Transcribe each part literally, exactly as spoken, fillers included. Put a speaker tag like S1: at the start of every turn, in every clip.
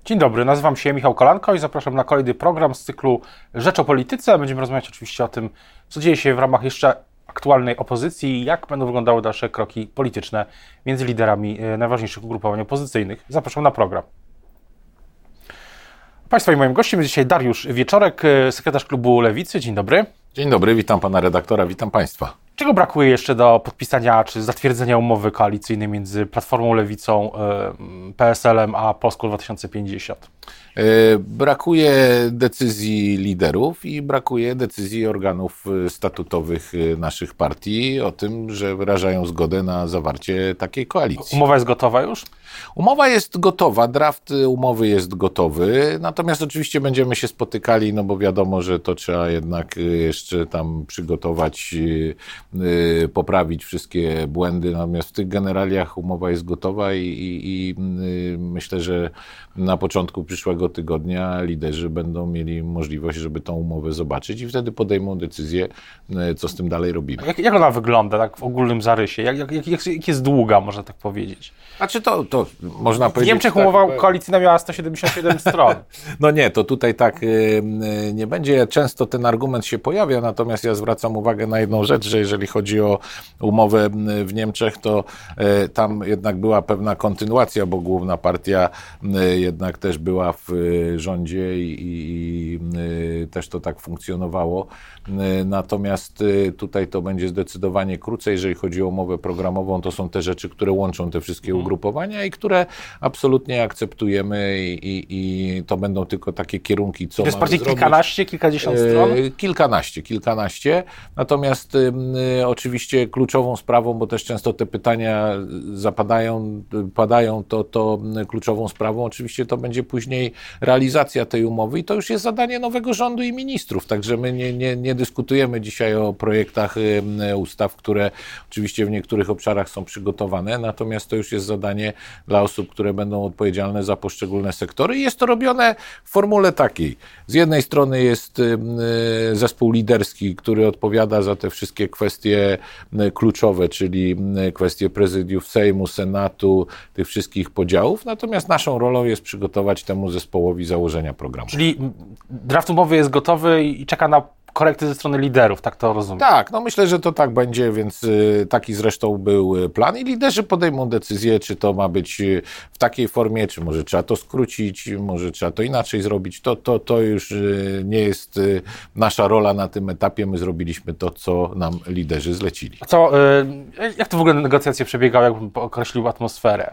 S1: Dzień dobry, nazywam się Michał Kolanko i zapraszam na kolejny program z cyklu Rzecz o Polityce. Będziemy rozmawiać oczywiście o tym, co dzieje się w ramach jeszcze aktualnej opozycji i jak będą wyglądały dalsze kroki polityczne między liderami najważniejszych ugrupowań opozycyjnych. Zapraszam na program. Państwa i moim gościem jest dzisiaj Dariusz Wieczorek, sekretarz klubu Lewicy. Dzień dobry.
S2: Dzień dobry, witam pana redaktora, witam państwa.
S1: Czego brakuje jeszcze do podpisania czy zatwierdzenia umowy koalicyjnej między Platformą, Lewicą, P S L em a Polską dwa tysiące pięćdziesiąt?
S2: Brakuje decyzji liderów i brakuje decyzji organów statutowych naszych partii o tym, że wyrażają zgodę na zawarcie takiej koalicji.
S1: Umowa jest gotowa już?
S2: Umowa jest gotowa, draft umowy jest gotowy, natomiast oczywiście będziemy się spotykali, no bo wiadomo, że to trzeba jednak jeszcze tam przygotować, poprawić wszystkie błędy, natomiast w tych generaliach umowa jest gotowa i, i, i myślę, że na początku przyszłego tygodnia liderzy będą mieli możliwość, żeby tą umowę zobaczyć i wtedy podejmą decyzję, co z tym dalej robimy.
S1: Jak, jak ona wygląda tak w ogólnym zarysie? Jak, jak, jak, jak jest długa, można tak powiedzieć?
S2: Znaczy to, to można powiedzieć...
S1: W Niemczech
S2: tak,
S1: umowa koalicyjna miała sto siedemdziesiąt siedem stron.
S2: No nie, to tutaj tak nie będzie. Często ten argument się pojawia, natomiast ja zwracam uwagę na jedną rzecz, że jeżeli chodzi o umowę w Niemczech, to tam jednak była pewna kontynuacja, bo główna partia jednak też była w rządzie i, i, i też to tak funkcjonowało. Natomiast tutaj to będzie zdecydowanie krócej. Jeżeli chodzi o umowę programową, to są te rzeczy, które łączą te wszystkie ugrupowania i które absolutnie akceptujemy i, i, i to będą tylko takie kierunki, co
S1: to jest
S2: mamy
S1: bardziej
S2: zrobić.
S1: kilkanaście, kilkadziesiąt stron?
S2: Kilkanaście, kilkanaście. Natomiast y, y, oczywiście kluczową sprawą, bo też często te pytania zapadają, padają, to, to kluczową sprawą oczywiście to będzie później realizacja tej umowy i to już jest zadanie nowego rządu i ministrów. Także my nie, nie, nie dyskutujemy dzisiaj o projektach y, ustaw, które oczywiście w niektórych obszarach są przygotowane, natomiast to już jest zadanie dla osób, które będą odpowiedzialne za poszczególne sektory i jest to robione w formule takiej. Z jednej strony jest zespół liderski, który odpowiada za te wszystkie kwestie kluczowe, czyli kwestie prezydiów Sejmu, Senatu, tych wszystkich podziałów, natomiast naszą rolą jest przygotować temu zespołowi założenia programu.
S1: Czyli draft umowy jest gotowy i czeka na korekty ze strony liderów, tak to rozumiem?
S2: Tak, no myślę, że to tak będzie, więc y, taki zresztą był plan i liderzy podejmą decyzję, czy to ma być w takiej formie, czy może trzeba to skrócić, może trzeba to inaczej zrobić. To, to, to już y, nie jest y, nasza rola na tym etapie. My zrobiliśmy to, co nam liderzy zlecili.
S1: A co, y, jak to w ogóle negocjacje przebiegały, jakbym określił atmosferę?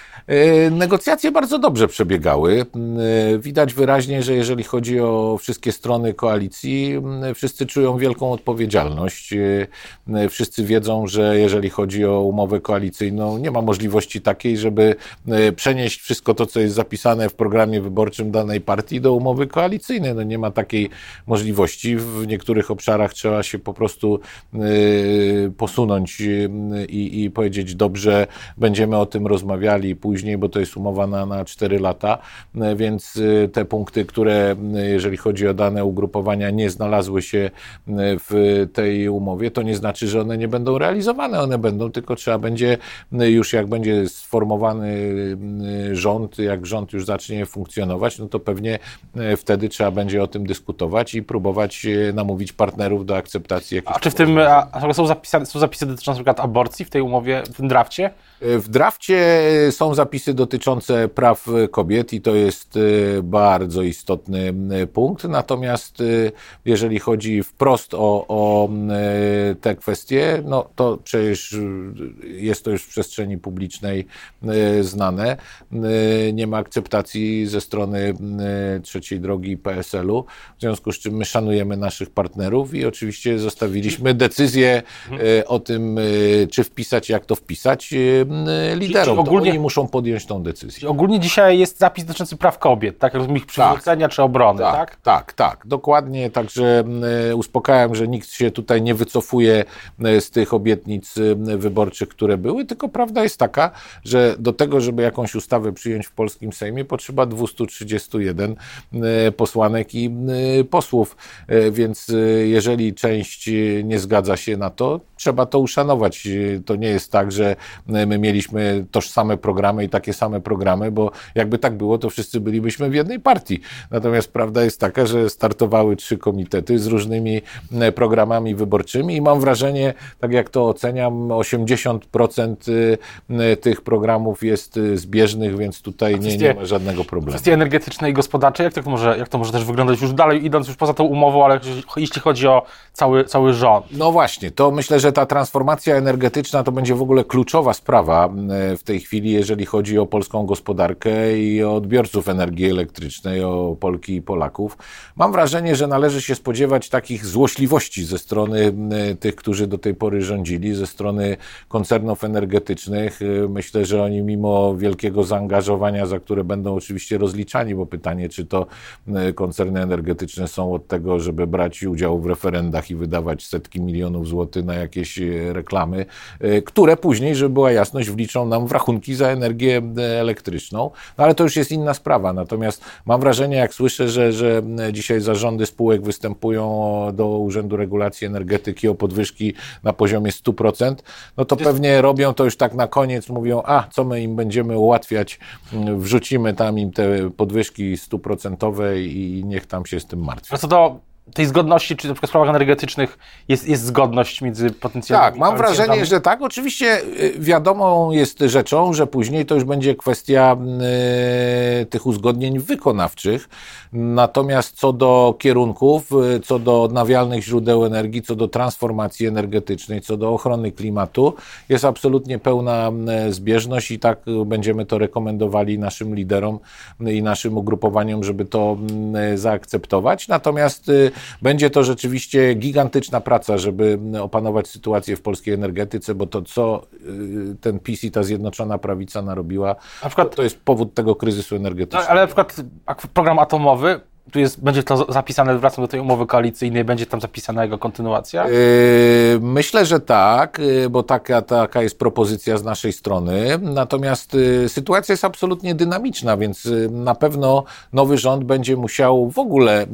S2: Negocjacje bardzo dobrze przebiegały. Widać wyraźnie, że jeżeli chodzi o wszystkie strony koalicji, wszyscy czują wielką odpowiedzialność. Wszyscy wiedzą, że jeżeli chodzi o umowę koalicyjną, nie ma możliwości takiej, żeby przenieść wszystko to, co jest zapisane w programie wyborczym danej partii do umowy koalicyjnej. No nie ma takiej możliwości. W niektórych obszarach trzeba się po prostu posunąć i, i powiedzieć, dobrze, będziemy o tym rozmawiali później, bo to jest umowa na, na cztery lata, więc te punkty, które jeżeli chodzi o dane ugrupowania nie znalazły się w tej umowie, to nie znaczy, że one nie będą realizowane, one będą, tylko trzeba będzie już jak będzie sformowany rząd, jak rząd już zacznie funkcjonować, no to pewnie wtedy trzeba będzie o tym dyskutować i próbować namówić partnerów do akceptacji jakichś.
S1: A czy w tym a, są, zapisane, są zapisy dotyczące np. aborcji w tej umowie, w tym drafcie?
S2: W drafcie są zapisy dotyczące praw kobiet i to jest bardzo istotny punkt. Natomiast jeżeli chodzi wprost o, o te kwestie, no to przecież jest to już w przestrzeni publicznej znane. Nie ma akceptacji ze strony trzeciej drogi P S L u, w związku z czym my szanujemy naszych partnerów i oczywiście zostawiliśmy decyzję o tym, czy wpisać, jak to wpisać liderom. Ogólnie oni muszą podjąć tą decyzję.
S1: Ogólnie dzisiaj jest zapis dotyczący praw kobiet, tak? Rozumiem, ich przywrócenia tak, czy obrony, tak?
S2: Tak, tak, tak, dokładnie. Także uspokajam, że nikt się tutaj nie wycofuje z tych obietnic wyborczych, które były, tylko prawda jest taka, że do tego, żeby jakąś ustawę przyjąć w polskim Sejmie, potrzeba dwieście trzydzieści jeden posłanek i posłów, więc jeżeli część nie zgadza się na to, trzeba to uszanować. To nie jest tak, że my mieliśmy tożsame programy, same i takie same programy, bo jakby tak było, to wszyscy bylibyśmy w jednej partii. Natomiast prawda jest taka, że startowały trzy komitety z różnymi programami wyborczymi i mam wrażenie, tak jak to oceniam, osiemdziesiąt procent tych programów jest zbieżnych, więc tutaj nie, nie ma żadnego problemu.
S1: Kwestie energetyczne i gospodarcze, jak to może, jak to może też wyglądać już dalej, idąc już poza tą umową, ale jeśli chodzi o cały, cały rząd?
S2: No właśnie, to myślę, że ta transformacja energetyczna to będzie w ogóle kluczowa sprawa w tej chwili, jeżeli chodzi o polską gospodarkę i o odbiorców energii elektrycznej, o Polki i Polaków. Mam wrażenie, że należy się spodziewać takich złośliwości ze strony tych, którzy do tej pory rządzili, ze strony koncernów energetycznych. Myślę, że oni mimo wielkiego zaangażowania, za które będą oczywiście rozliczani, bo pytanie, czy to koncerny energetyczne są od tego, żeby brać udział w referendach i wydawać setki milionów złotych na jakieś reklamy, które później, żeby była jasność, wliczą nam w rachunki za energię elektryczną. No ale to już jest inna sprawa. Natomiast mam wrażenie, jak słyszę, że, że dzisiaj zarządy spółek występują do Urzędu Regulacji Energetyki o podwyżki na poziomie stu procent, no to pewnie robią to już tak na koniec, mówią, a co my im będziemy ułatwiać, wrzucimy tam im te podwyżki stuprocentowe i niech tam się z tym martwią.
S1: A co do tej zgodności, czy na przykład w sprawach energetycznych jest, jest zgodność między potencjalnymi...
S2: Tak, mam wrażenie, że tak. Oczywiście wiadomą jest rzeczą, że później to już będzie kwestia y, tych uzgodnień wykonawczych. Natomiast co do kierunków, co do odnawialnych źródeł energii, co do transformacji energetycznej, co do ochrony klimatu, jest absolutnie pełna zbieżność i tak będziemy to rekomendowali naszym liderom i naszym ugrupowaniom, żeby to zaakceptować. Natomiast będzie to rzeczywiście gigantyczna praca, żeby opanować sytuację w polskiej energetyce, bo to, co ten PiS i ta Zjednoczona Prawica narobiła, na przykład, to, to jest powód tego kryzysu energetycznego.
S1: Ale na przykład program atomowy, tu jest, będzie to zapisane, wracam do tej umowy koalicyjnej, będzie tam zapisana jego kontynuacja?
S2: Yy, myślę, że tak, bo taka, taka jest propozycja z naszej strony. Natomiast yy, sytuacja jest absolutnie dynamiczna, więc yy, na pewno nowy rząd będzie musiał w ogóle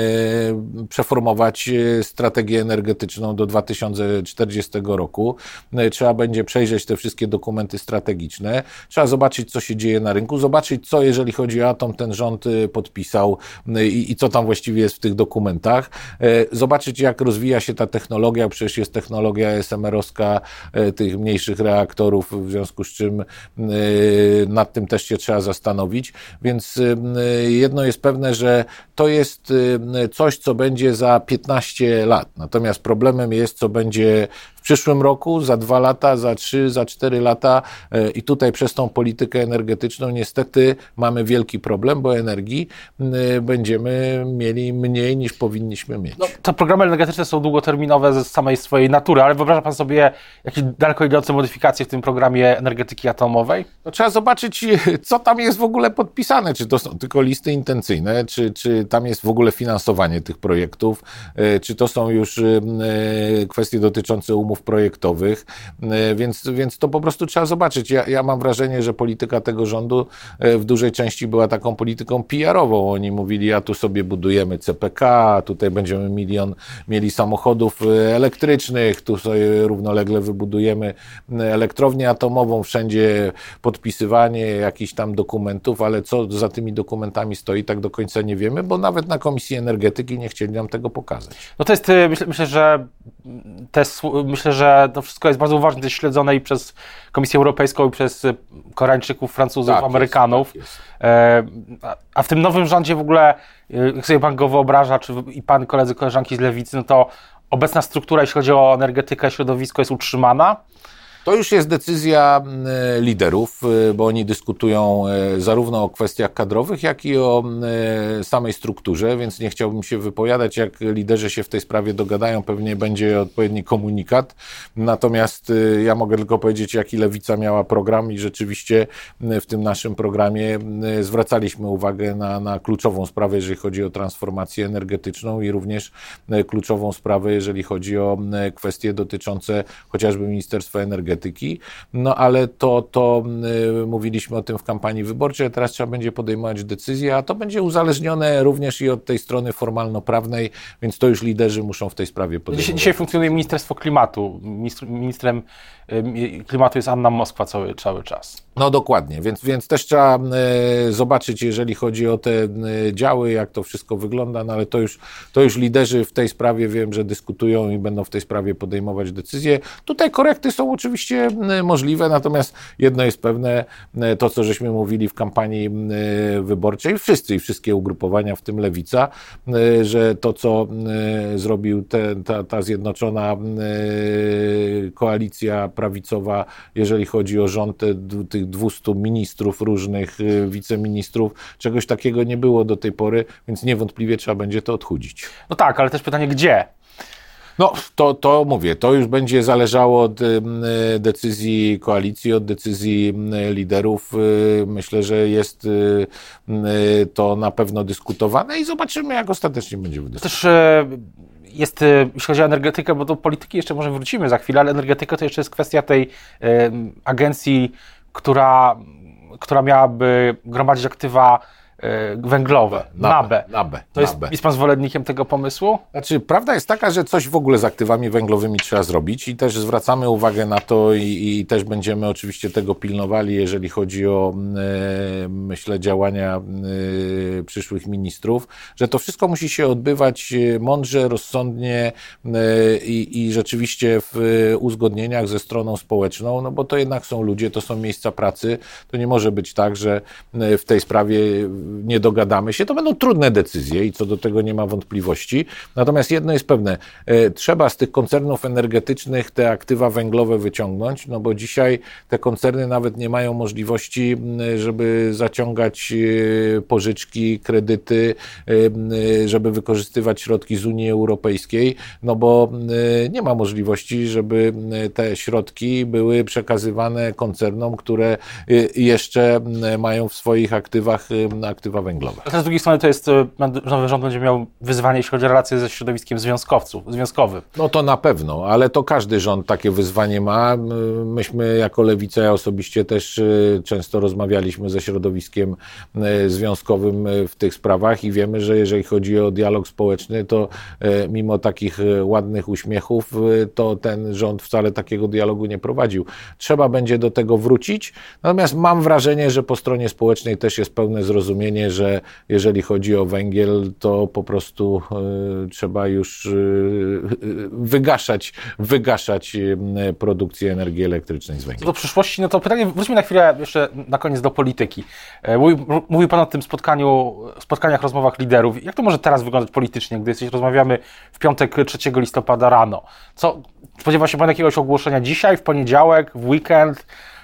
S2: yy, przeformować yy, strategię energetyczną do dwa tysiące czterdziestego roku. Yy, trzeba będzie przejrzeć te wszystkie dokumenty strategiczne. Trzeba zobaczyć, co się dzieje na rynku, zobaczyć, co jeżeli chodzi o atom ten rząd yy, podpisał, yy, I, i co tam właściwie jest w tych dokumentach. Zobaczyć, jak rozwija się ta technologia, przecież jest technologia es em erowska tych mniejszych reaktorów, w związku z czym nad tym też się trzeba zastanowić. Więc jedno jest pewne, że to jest coś, co będzie za piętnaście lat. Natomiast problemem jest, co będzie w przyszłym roku, za dwa lata, za trzy, za cztery lata i tutaj przez tą politykę energetyczną niestety mamy wielki problem, bo energii będziemy mieli mniej niż powinniśmy mieć.
S1: No, te programy energetyczne są długoterminowe ze samej swojej natury, ale wyobraża pan sobie jakieś daleko idące modyfikacje w tym programie energetyki atomowej?
S2: No, trzeba zobaczyć, co tam jest w ogóle podpisane. Czy to są tylko listy intencyjne, czy, czy tam jest w ogóle finansowanie tych projektów, czy to są już kwestie dotyczące umów projektowych, więc, więc to po prostu trzeba zobaczyć. Ja, ja mam wrażenie, że polityka tego rządu w dużej części była taką polityką P R ową. Oni mówili, a tu sobie budujemy C P K, tutaj będziemy milion mieli samochodów elektrycznych, tu sobie równolegle wybudujemy elektrownię atomową, wszędzie podpisywanie jakichś tam dokumentów, ale co za tymi dokumentami stoi, tak do końca nie wiemy, bo nawet na Komisji Energetyki nie chcieli nam tego pokazać.
S1: No to jest, myślę, myślę że te, myślę, że to wszystko jest bardzo uważnie też śledzone i przez Komisję Europejską, i przez Koreańczyków, Francuzów, tak, Amerykanów. Jest, tak jest. A w tym nowym rządzie w ogóle, jak sobie pan go wyobraża, czy i pan, koledzy, koleżanki z Lewicy, no to obecna struktura, jeśli chodzi o energetykę, środowisko, jest utrzymana?
S2: To już jest decyzja liderów, bo oni dyskutują zarówno o kwestiach kadrowych, jak i o samej strukturze, więc nie chciałbym się wypowiadać, jak liderzy się w tej sprawie dogadają, pewnie będzie odpowiedni komunikat. Natomiast ja mogę tylko powiedzieć, jaki Lewica miała program i rzeczywiście w tym naszym programie zwracaliśmy uwagę na, na kluczową sprawę, jeżeli chodzi o transformację energetyczną i również kluczową sprawę, jeżeli chodzi o kwestie dotyczące chociażby Ministerstwa Energetyki, energetyki, no ale to, to y, mówiliśmy o tym w kampanii wyborczej, teraz trzeba będzie podejmować decyzje, a to będzie uzależnione również i od tej strony formalno-prawnej, więc to już liderzy muszą w tej sprawie podejmować.
S1: Dzisiaj, dzisiaj funkcjonuje Ministerstwo Klimatu. Ministr, ministrem y, klimatu jest Anna Moskwa cały, cały czas.
S2: No dokładnie, więc, więc też trzeba y, zobaczyć, jeżeli chodzi o te y, działy, jak to wszystko wygląda, no ale to już, to już liderzy w tej sprawie wiem, że dyskutują i będą w tej sprawie podejmować decyzje. Tutaj korekty są oczywiście y, możliwe, natomiast jedno jest pewne, y, to co żeśmy mówili w kampanii y, wyborczej, wszyscy i wszystkie ugrupowania, w tym Lewica, y, że to co y, zrobił te, ta, ta zjednoczona y, koalicja prawicowa, jeżeli chodzi o rząd, te, tych dwustu ministrów różnych, wiceministrów, czegoś takiego nie było do tej pory, więc niewątpliwie trzeba będzie to odchudzić.
S1: No tak, ale też pytanie, gdzie?
S2: No, to, to mówię, to już będzie zależało od y, decyzji koalicji, od decyzji y, liderów. Y, myślę, że jest y, y, to na pewno dyskutowane i zobaczymy, jak ostatecznie będzie wyglądać.
S1: Też y, jest, y, jeśli chodzi o energetykę, bo do polityki jeszcze może wrócimy za chwilę, ale energetyka to jeszcze jest kwestia tej y, agencji, która, która miałaby gromadzić aktywa y, węglowe, NABE.
S2: NABE.
S1: To jest, jest pan zwolennikiem tego pomysłu?
S2: Znaczy, prawda jest taka, że coś w ogóle z aktywami węglowymi trzeba zrobić i też zwracamy uwagę na to i, i też będziemy oczywiście tego pilnowali, jeżeli chodzi o, e, myślę, działania e, przyszłych ministrów, że to wszystko musi się odbywać mądrze, rozsądnie e, i, i rzeczywiście w uzgodnieniach ze stroną społeczną, no bo to jednak są ludzie, to są miejsca pracy, to nie może być tak, że w tej sprawie nie dogadamy się, to będą trudne decyzje i co do tego nie ma wątpliwości. Natomiast jedno jest pewne, trzeba z tych koncernów energetycznych te aktywa węglowe wyciągnąć, no bo dzisiaj te koncerny nawet nie mają możliwości, żeby zaciągać pożyczki, kredyty, żeby wykorzystywać środki z Unii Europejskiej, no bo nie ma możliwości, żeby te środki były przekazywane koncernom, które jeszcze mają w swoich aktywach aktywa węglowe.
S1: A z drugiej strony to jest, nowy rząd będzie miał wyzwanie, jeśli chodzi o relacje ze środowiskiem związkowców, związkowym.
S2: No to na pewno, ale to każdy rząd takie wyzwanie ma. Myśmy jako Lewica, ja osobiście też często rozmawialiśmy ze środowiskiem związkowym w tych sprawach i wiemy, że jeżeli chodzi o dialog społeczny, to mimo takich ładnych uśmiechów, to ten rząd wcale takiego dialogu nie prowadził. Trzeba będzie do tego wrócić, natomiast mam wrażenie, że po stronie społecznej też jest pełne zrozumienie, że jeżeli chodzi o węgiel, to po prostu y, trzeba już y, wygaszać, wygaszać y, produkcję energii elektrycznej z węgla.
S1: Do przyszłości, no to pytanie, wróćmy na chwilę jeszcze na koniec do polityki. Mówił, mówił Pan o tym spotkaniu, spotkaniach, rozmowach liderów. Jak to może teraz wyglądać politycznie, gdy jesteś, rozmawiamy w piątek trzeciego listopada rano? Co, spodziewa się Pan jakiegoś ogłoszenia dzisiaj, w poniedziałek, w weekend?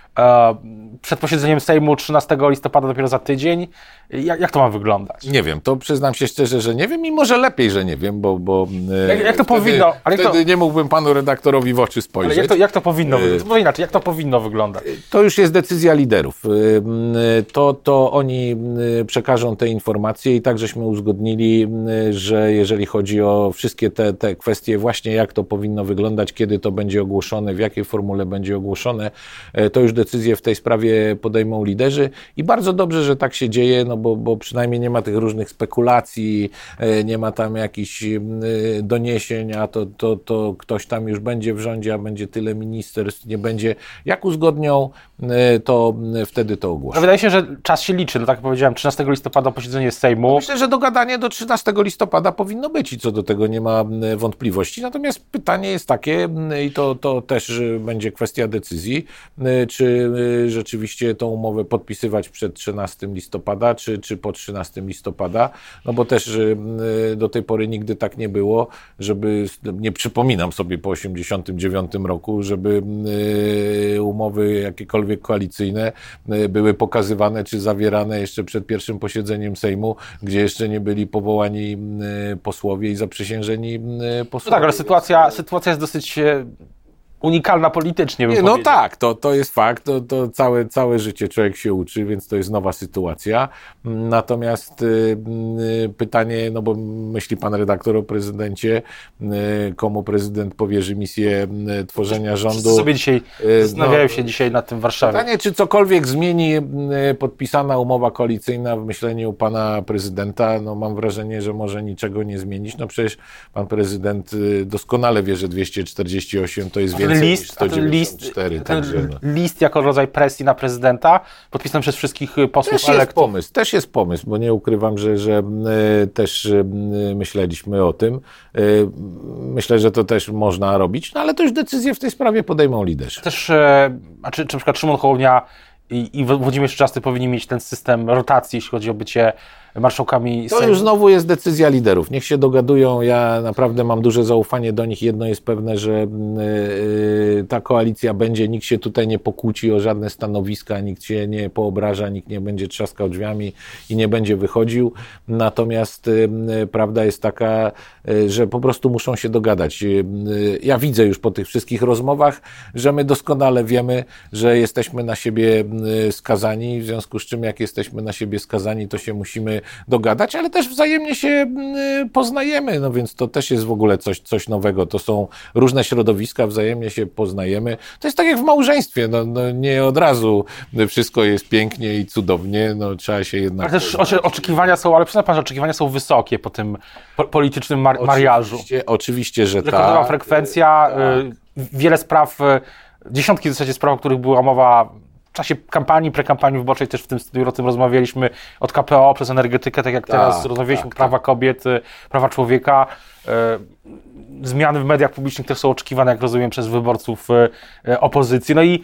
S1: Przed posiedzeniem Sejmu trzynastego listopada, dopiero za tydzień. Jak, jak to ma wyglądać?
S2: Nie wiem, to przyznam się szczerze, że nie wiem i może lepiej, że nie wiem, bo, bo
S1: jak, jak to
S2: wtedy,
S1: powinno, ale
S2: wtedy
S1: to,
S2: nie mógłbym panu redaktorowi w oczy spojrzeć.
S1: Ale jak to, jak to powinno wyglądać? Może inaczej, jak to powinno wyglądać?
S2: To już jest decyzja liderów. To, to oni przekażą te informacje i tak żeśmy uzgodnili, że jeżeli chodzi o wszystkie te, te kwestie, właśnie jak to powinno wyglądać, kiedy to będzie ogłoszone, w jakiej formule będzie ogłoszone, to już decyzje w tej sprawie podejmą liderzy i bardzo dobrze, że tak się dzieje, no bo, bo przynajmniej nie ma tych różnych spekulacji, nie ma tam jakichś doniesień, a to, to, to ktoś tam już będzie w rządzie, a będzie tyle ministerstw, nie będzie. Jak uzgodnią, to wtedy to ogłoszą.
S1: No wydaje się, że czas się liczy, no tak jak powiedziałem, trzynastego listopada posiedzenie Sejmu.
S2: Myślę, że dogadanie do trzynastego listopada powinno być i co do tego nie ma wątpliwości, natomiast pytanie jest takie i to, to też będzie kwestia decyzji, czy rzeczywiście tą umowę podpisywać przed trzynastego listopada, czy, czy po trzynastego listopada, no bo też do tej pory nigdy tak nie było, żeby, nie przypominam sobie po osiemdziesiątym dziewiątym roku, żeby umowy jakiekolwiek koalicyjne były pokazywane, czy zawierane jeszcze przed pierwszym posiedzeniem Sejmu, gdzie jeszcze nie byli powołani posłowie i zaprzysiężeni posłowie.
S1: No tak, ale sytuacja, sytuacja jest dosyć unikalna politycznie, bym
S2: Nie, no
S1: powiedział.
S2: tak, to, to jest fakt, to, to całe, całe życie człowiek się uczy, więc to jest nowa sytuacja. Natomiast y, y, pytanie, no bo myśli pan redaktor o prezydencie, y, komu prezydent powierzy misję y, tworzenia rządu.
S1: Wszyscy sobie dzisiaj
S2: y,
S1: zastanawiają
S2: no,
S1: się dzisiaj nad tym w Warszawie.
S2: Pytanie, czy cokolwiek zmieni y, podpisana umowa koalicyjna w myśleniu pana prezydenta, no mam wrażenie, że może niczego nie zmienić. No przecież pan prezydent y, doskonale wie, że dwieście czterdzieści osiem to jest więcej niż
S1: List,
S2: sto
S1: a ten list,
S2: dziewięćdziesiąt cztery.
S1: ten
S2: Także, no.
S1: list jako rodzaj presji na prezydenta, podpisany przez wszystkich posłów
S2: Też jest
S1: elektorów.
S2: pomysł, też jest pomysł, bo nie ukrywam, że, że y, też y, myśleliśmy o tym. Y, myślę, że to też można robić, no ale to już decyzje w tej sprawie podejmą liderzy.
S1: Też, e, a czy, czy na przykład Szymon Hołownia i, i Włodzimierz Czarzasty powinni mieć ten system rotacji, jeśli chodzi o bycie marszałkami
S2: To
S1: Sejmu?
S2: już znowu jest decyzja liderów. Niech się dogadują. Ja naprawdę mam duże zaufanie do nich. Jedno jest pewne, że yy, ta koalicja będzie, nikt się tutaj nie pokłóci o żadne stanowiska, nikt się nie poobraża, nikt nie będzie trzaskał drzwiami i nie będzie wychodził. Natomiast yy, prawda jest taka, yy, że po prostu muszą się dogadać. Yy, ja widzę już po tych wszystkich rozmowach, że my doskonale wiemy, że jesteśmy na siebie yy, skazani, w związku z czym jak jesteśmy na siebie skazani, to się musimy dogadać, ale też wzajemnie się poznajemy, no więc to też jest w ogóle coś, coś nowego. To są różne środowiska, wzajemnie się poznajemy. To jest tak jak w małżeństwie, no, no nie od razu wszystko jest pięknie i cudownie, no trzeba się jednak...
S1: Ale też oczy, oczekiwania są, ale przyzna pan, że oczekiwania są wysokie po tym po, politycznym mar, mariażu.
S2: Oczywiście, oczywiście, że
S1: Rekordowa
S2: tak.
S1: frekwencja, y, wiele spraw, y, dziesiątki w zasadzie spraw, o których była mowa w czasie kampanii, prekampanii wyborczej, też w tym studiu o tym rozmawialiśmy, od K P O przez energetykę, tak jak
S2: Tak,
S1: teraz rozmawialiśmy,
S2: tak,
S1: prawa kobiet, y, prawa człowieka, y, zmiany w mediach publicznych też są oczekiwane, jak rozumiem, przez wyborców y, y, opozycji. No i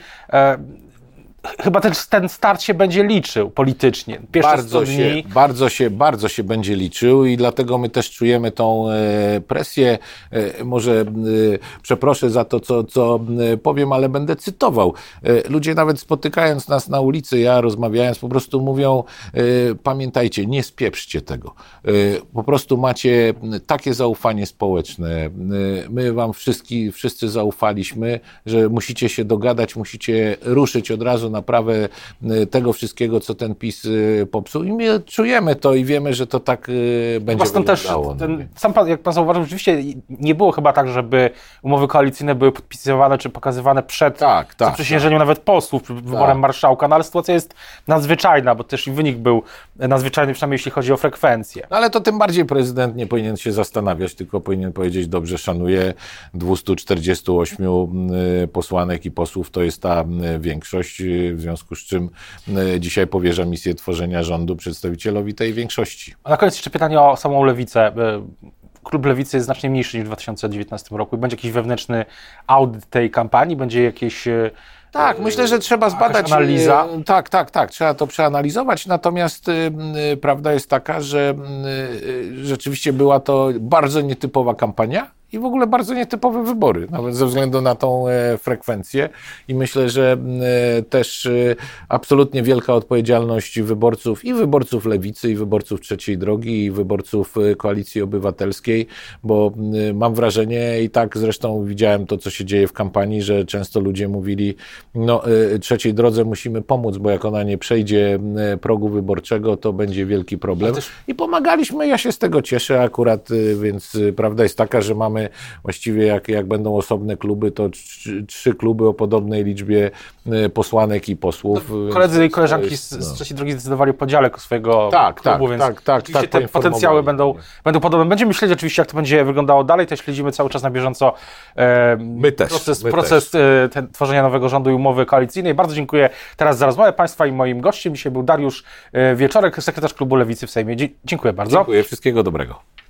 S1: y, chyba ten, ten start się będzie liczył politycznie. Pierwsze
S2: Bardzo
S1: sto
S2: się,
S1: dni.
S2: bardzo, się, bardzo się będzie liczył i dlatego my też czujemy tą e, presję. E, może e, przeproszę za to, co, co e, powiem, ale będę cytował. E, ludzie nawet spotykając nas na ulicy, ja rozmawiając, po prostu mówią, e, pamiętajcie, nie spieprzcie tego. E, po prostu macie takie zaufanie społeczne. E, my wam wszyscy, wszyscy zaufaliśmy, że musicie się dogadać, musicie ruszyć od razu naprawę tego wszystkiego, co ten PiS popsuł i my czujemy to i wiemy, że to tak będzie
S1: Stąd też
S2: wyglądało.
S1: ten, sam pan, jak pan zauważył, rzeczywiście nie było chyba tak, żeby umowy koalicyjne były podpisywane czy pokazywane przed
S2: Tak, tak,
S1: zaprzysiężeniem nawet posłów, przed wyborem marszałka, no ale sytuacja jest nadzwyczajna, bo też i wynik był nadzwyczajny, przynajmniej jeśli chodzi o frekwencję.
S2: No ale to tym bardziej prezydent nie powinien się zastanawiać, tylko powinien powiedzieć, dobrze, szanuję dwieście czterdzieści osiem posłanek i posłów, to jest ta większość, w związku z czym dzisiaj powierza misję tworzenia rządu przedstawicielowi tej większości.
S1: A na koniec jeszcze pytanie o samą Lewicę. Klub Lewicy jest znacznie mniejszy niż w dwa tysiące dziewiętnastym roku. Będzie jakiś wewnętrzny audyt tej kampanii? Będzie jakieś...
S2: Tak, myślę, że trzeba zbadać.
S1: Analiza.
S2: Tak, tak, tak, trzeba to przeanalizować. Natomiast y, y, prawda jest taka, że y, y, rzeczywiście była to bardzo nietypowa kampania i w ogóle bardzo nietypowe wybory, nawet ze względu na tą e, frekwencję. I myślę, że e, też e, absolutnie wielka odpowiedzialność wyborców i wyborców Lewicy, i wyborców Trzeciej Drogi, i wyborców e, Koalicji Obywatelskiej, bo e, mam wrażenie, i tak zresztą widziałem to, co się dzieje w kampanii, że często ludzie mówili, no e, Trzeciej Drodze musimy pomóc, bo jak ona nie przejdzie e, progu wyborczego, to będzie wielki problem. Też... I pomagaliśmy, ja się z tego cieszę akurat, e, więc e, prawda jest taka, że mamy właściwie jak, jak będą osobne kluby, to trzy, trzy kluby o podobnej liczbie posłanek i posłów.
S1: No, koledzy i koleżanki jest, z, no. z Trzeciej Drogi zdecydowali o podziale swojego
S2: tak,
S1: klubu,
S2: tak,
S1: więc
S2: tak, tak,
S1: oczywiście
S2: tak,
S1: te potencjały będą, będą podobne. Będziemy myśleć oczywiście, jak to będzie wyglądało dalej, też śledzimy cały czas na bieżąco e,
S2: my też,
S1: proces,
S2: my
S1: proces
S2: też.
S1: E, ten, tworzenia nowego rządu i umowy koalicyjnej. Bardzo dziękuję teraz za rozmowę Państwa i moim gościem. Dzisiaj był Dariusz e, Wieczorek, sekretarz klubu Lewicy w Sejmie. Dzie- dziękuję bardzo.
S2: Dziękuję, wszystkiego dobrego.